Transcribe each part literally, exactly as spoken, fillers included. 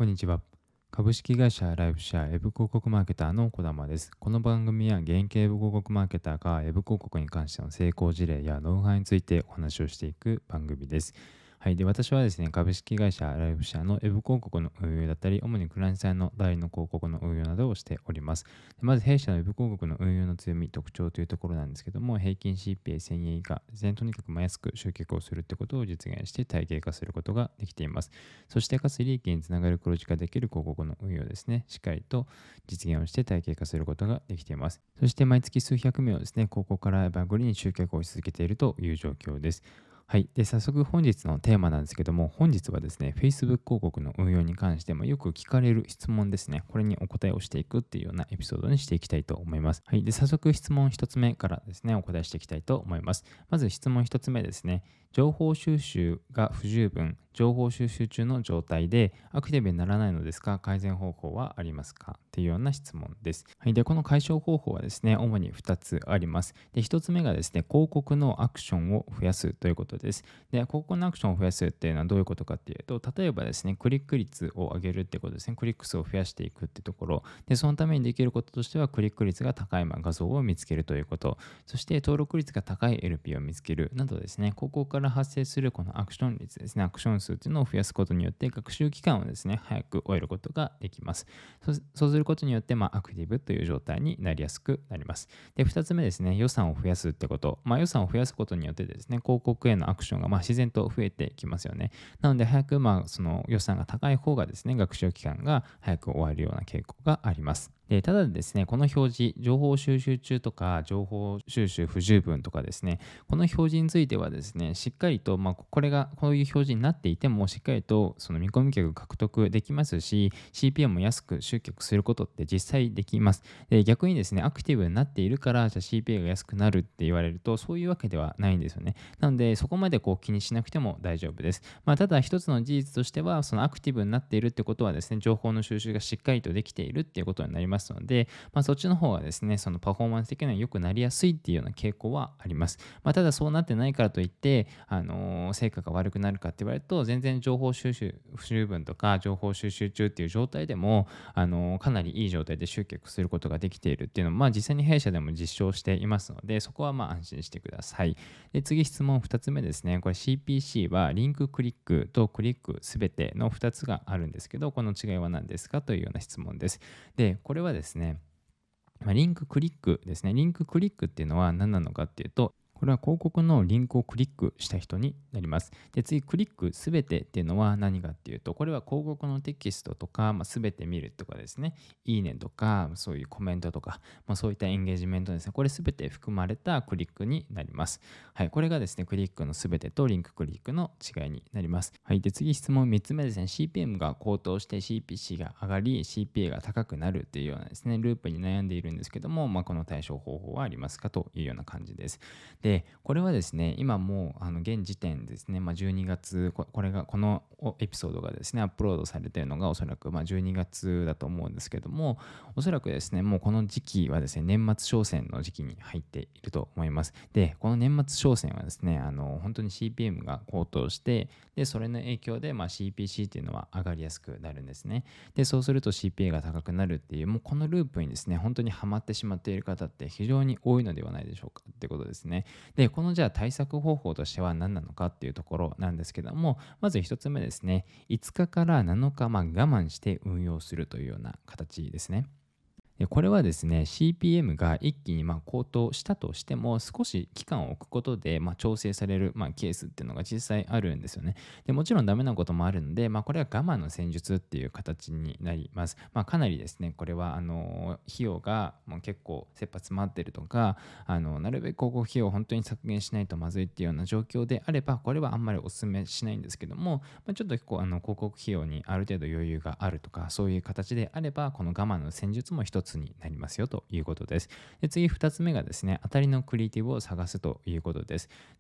こんにちは。株式会社ライフシェアウェブ広告マーケターの小玉です。この番組は現役ウェブ広告マーケターがウェブ広告に関しての成功事例やノウハウについてお話をしていく番組です。はい。で、私はですね、株式会社ライフシェアのウェブ広告の運用だったり、主にクライアントさんの代理の広告の運用などをしております。でまず、弊社のウェブ広告の運用の強み、特徴というところなんですけども、平均 シーピーエーせん 円以下ですね、とにかくまあ安く集客をするってことを実現して体系化することができています。そして、かつ利益につながる黒字化できる広告の運用ですね、しっかりと実現をして体系化することができています。そして、毎月数百名をですね、広告から番組に集客をし続けているという状況です。はい。で、早速本日のテーマなんですけども、本日はですね、Facebook 広告の運用に関してもよく聞かれる質問ですね。これにお答えをしていくっていうようなエピソードにしていきたいと思います。はい。で、早速質問一つ目からですね、お答えしていきたいと思います。まず質問一つ目ですね。情報収集が不十分、情報収集中の状態でアクティブにならないのですが、改善方法はありますかっていうような質問です。はい。で、この解消方法はですね、主にふたつあります。で、ひとつめがですね、広告のアクションを増やすということです。で、広告のアクションを増やすっていうのはどういうことかっていうと、例えばですね、クリック率を上げるってことですね、クリック数を増やしていくってところ、で、そのためにできることとしては、クリック率が高いまあ画像を見つけるということ、そして登録率が高い エルピー を見つけるなどですね、広告から発生するこのアクション率ですね、アクション数っていうのを増やすことによって、学習期間をですね、早く終えることができます。そそうすることによって、まあ、アクティブという状態になりやすくなります。で、ふたつめですね、予算を増やすってこと。まあ、予算を増やすことによってですね、広告へのアクションがまあ自然と増えてきますよね。なので、早くまあその予算が高い方がですね、学習期間が早く終わるような傾向があります。で、ただですね、この表示、情報収集中とか、情報収集不十分とかですね、この表示についてはですね、しっかりと、まあ、これがこういう表示になっていても、しっかりとその見込み客獲得できますし、シーピーエム も安く集客することって実際できます。で、逆にですね、アクティブになっているから、じゃあ シーピーエー が安くなるって言われると、そういうわけではないんですよね。なので、そこまでこう気にしなくても大丈夫です。まあ、ただ一つの事実としては、そのアクティブになっているってことはですね、情報の収集がしっかりとできているっていうことになりますので、まあ、そっちの方がですね、そのパフォーマンス的には良くなりやすいっていうような傾向はあります。まあ、ただそうなってないからといって、あのー成果が悪くなるかって言われると、全然情報収集不十分とか、情報収集中っていう状態でも、あのーかなりいい状態で集客することができているっていうのも、まあ、実際に弊社でも実証していますので、そこはまあ安心してください。で、次質問ふたつめですね。これ シーピーシー はリンククリックとクリックすべてのふたつがあるんですけど、この違いは何ですかというような質問です。で、これはですね、まあ、リンククリックですね。リンククリックっていうのは何なのかっていうと、これは広告のリンクをクリックした人になります。で、次、クリックすべてっていうのは何かっていうと、これは広告のテキストとか、まあ、すべて見るとかですね、いいねとか、そういうコメントとか、まあ、そういったエンゲージメントですね、これすべて含まれたクリックになります。はい、これがですね、クリックのすべてとリンククリックの違いになります。はい、で、次、質問みっつめですね、シーピーエム が高騰して シーピーシー が上がり、シーピーエー が高くなるっていうようなですね、ループに悩んでいるんですけども、まあ、この対処方法はありますかというような感じです。で、これはですね、今もうあの現時点ですね、まあ、じゅうにがつこ、これが、このエピソードがですね、アップロードされているのがおそらくまあじゅうにがつだと思うんですけども、おそらくですね、もうこの時期はですね、年末商戦の時期に入っていると思います。で、この年末商戦はですね、あの本当に シーピーエム が高騰して、で、それの影響でまあ シーピーシー っていうのは上がりやすくなるんですね。で、そうすると シーピーエー が高くなるっていう、もうこのループにですね、本当にはまってしまっている方って非常に多いのではないでしょうかってことですね。で、このじゃあ対策方法としては何なのかっていうところなんですけども、まず一つ目ですね、いつかからなのか、まあ、我慢して運用するというような形ですね。でこれはですね、シーピーエム が一気にまあ高騰したとしても、少し期間を置くことでまあ調整されるまあケースっていうのが実際あるんですよね。でもちろんダメなこともあるので、まあ、これは我慢の戦術っていう形になります。まあ、かなりですね、これはあの費用がもう結構切羽詰まってるとか、あのなるべく広告費用を本当に削減しないとまずいっていうような状況であれば、これはあんまりお勧めしないんですけども、まあ、ちょっとこうあの広告費用にある程度余裕があるとか、そういう形であれば、この我慢の戦術も一つになりますよということです。で、次ふたつめがですね、当たりのクリエイティブを探すということです。で、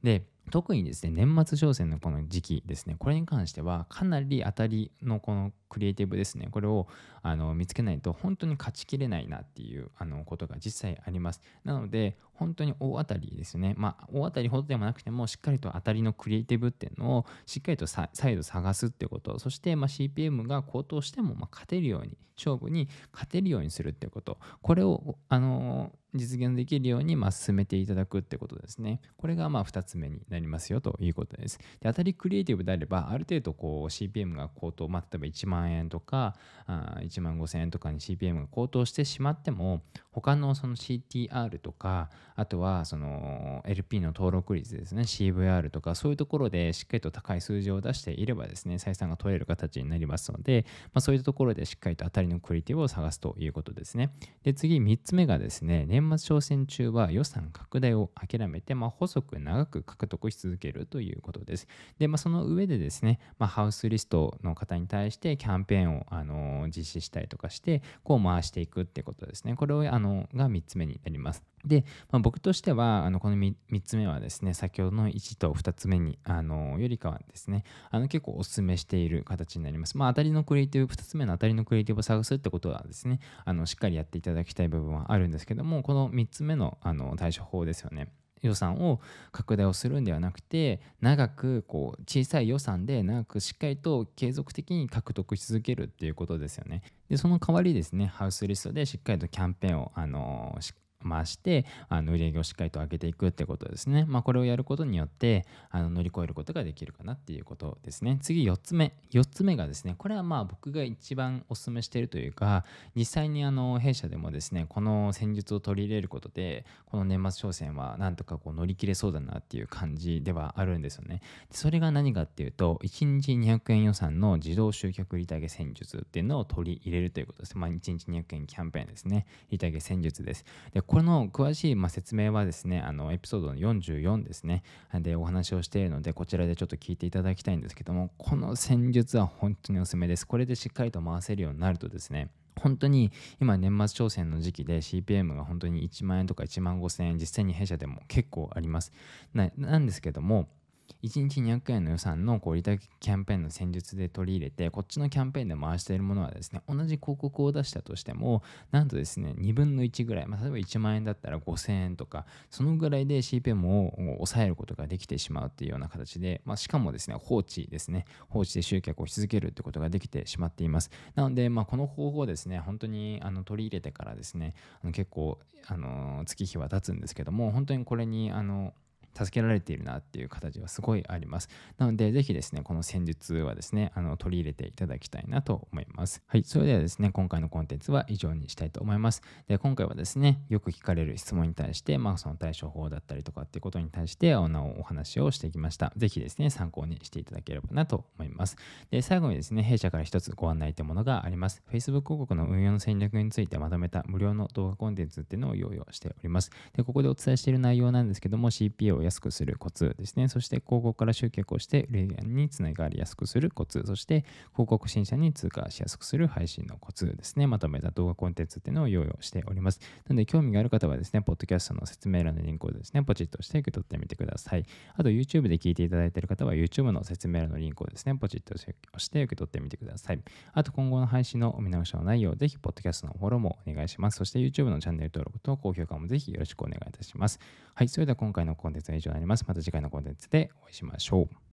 特にですね、年末商戦のこの時期ですね、これに関してはかなり当たりのこのクリエイティブですね、これをあの見つけないと本当に勝ちきれないなっていうあのことが実際あります。なので、本当に大当たりですよね。まあ、大当たりほどでもなくても、しっかりと当たりのクリエイティブっていうのをしっかりとさ再度探すってこと、そしてまあ シーピーエム が高騰してもまあ勝てるように、勝負に勝てるようにするってこと、これをあの実現できるようにまあ進めていただくってことですね。これがまあふたつめになりますよということです。で、当たりクリエイティブであれば、ある程度こう シーピーエム が高騰、まあ、例えばいちまんえんとかあいちまんごせんえんとかに シーピーエム が高騰してしまっても、他のその シーティーアール とか、あとはその エルピー の登録率ですね、シーブイアール とか、そういうところでしっかりと高い数字を出していればですね、採算が取れる形になりますので、まあ、そういったところでしっかりと当たりのクリエイティブを探すということですね。で、次みっつめがですね、年末商戦中は予算拡大を諦めて、まあ、細く長く獲得し続けるということです。で、まあ、その上でですね、まあ、ハウスリストの方に対してキャンペーンを、あの実施したりとかして、こう回していくってことですね。これをあのがみっつめになります。で、まあ、僕としては、あのこの 3, みっつめはですね、先ほどのいちとふたつめに、あのよりかはですね、あの結構お勧めしている形になります。まあ、当たりのクリエイティブ、ふたつめの当たりのクリエイティブを探すってことはですね、あのしっかりやっていただきたい部分はあるんですけども、このみっつめの、あの対処法ですよね。予算を拡大をするんではなくて、長くこう小さい予算で長くしっかりと継続的に獲得し続けるっていうことですよね。で、その代わりですね、ハウスリストでしっかりとキャンペーンを、あのし回してあの売り上げをしっかりと上げていくってことですね。まあ、これをやることによってあの乗り越えることができるかなっていうことですね。次よっつめ。よっつめがですね、これはまあ僕が一番お勧めしているというか、実際にあの弊社でもですね、この戦術を取り入れることで、この年末商戦はなんとかこう乗り切れそうだなっていう感じではあるんですよね。で、それが何かっていうと、いちにちにひゃくえん予算の自動集客利上げ戦術っていうのを取り入れるということです。まあ、いちにちにひゃくえんキャンペーンですね。利上げ戦術です。で、これの詳しいまあ説明はですね、あのエピソードのよんじゅうよんですね、でお話をしているので、こちらでちょっと聞いていただきたいんですけども、この戦術は本当におすすめです。これでしっかりと回せるようになるとですね、本当に今年末商戦の時期で シーピーエム が本当にいちまんえんとかいちまんごせんえん、実際に弊社でも結構あります。ななんですけども、いちにちにひゃくえんの予算のこう利上げキャンペーンの戦術で取り入れて、こっちのキャンペーンで回しているものはですね、同じ広告を出したとしても、なんとですね、にぶんのいちぐらい、まあ、例えばいちまんえんだったらごせんえんとか、そのぐらいで シーピーエム を抑えることができてしまうっていうような形で、まあ、しかもですね、放置ですね、放置で集客をし続けるってことができてしまっています。なので、まあ、この方法ですね、本当にあの取り入れてからですね、あの結構、あの月日は経つんですけども、本当にこれにあの助けられているなっていう形はすごいあります。なので、ぜひですね、この戦術はですね、あの取り入れていただきたいなと思います。はい、それではですね、今回のコンテンツは以上にしたいと思います。で、今回はですね、よく聞かれる質問に対して、まあ、その対処法だったりとかっていうことに対して、あのお話をしてきました。ぜひですね、参考にしていただければなと思います。で、最後にですね、弊社から一つご案内というものがあります。Facebook 広告の運用の戦略についてまとめた無料の動画コンテンツっていうのを用意をしております。で、ここでお伝えしている内容なんですけども、シーピーエー を安くするコツですね。そして広告から集客をして売上につながりやすくするコツ。そして広告審査に通過しやすくする配信のコツですね。まとめた動画コンテンツっていうのを用意をしております。なので興味がある方はですね、ポッドキャストの説明欄のリンクをですね、ポチッとして受け取ってみてください。あと YouTube で聞いていただいている方は YouTube の説明欄のリンクをですね、ポチッとして受け取ってみてください。あと今後の配信のお見直しの内容、ぜひポッドキャストのフォローもお願いします。そして YouTube のチャンネル登録と高評価もぜひよろしくお願いいたします。はい、それでは今回のコンテンツは以上になります。また次回のコンテンツでお会いしましょう。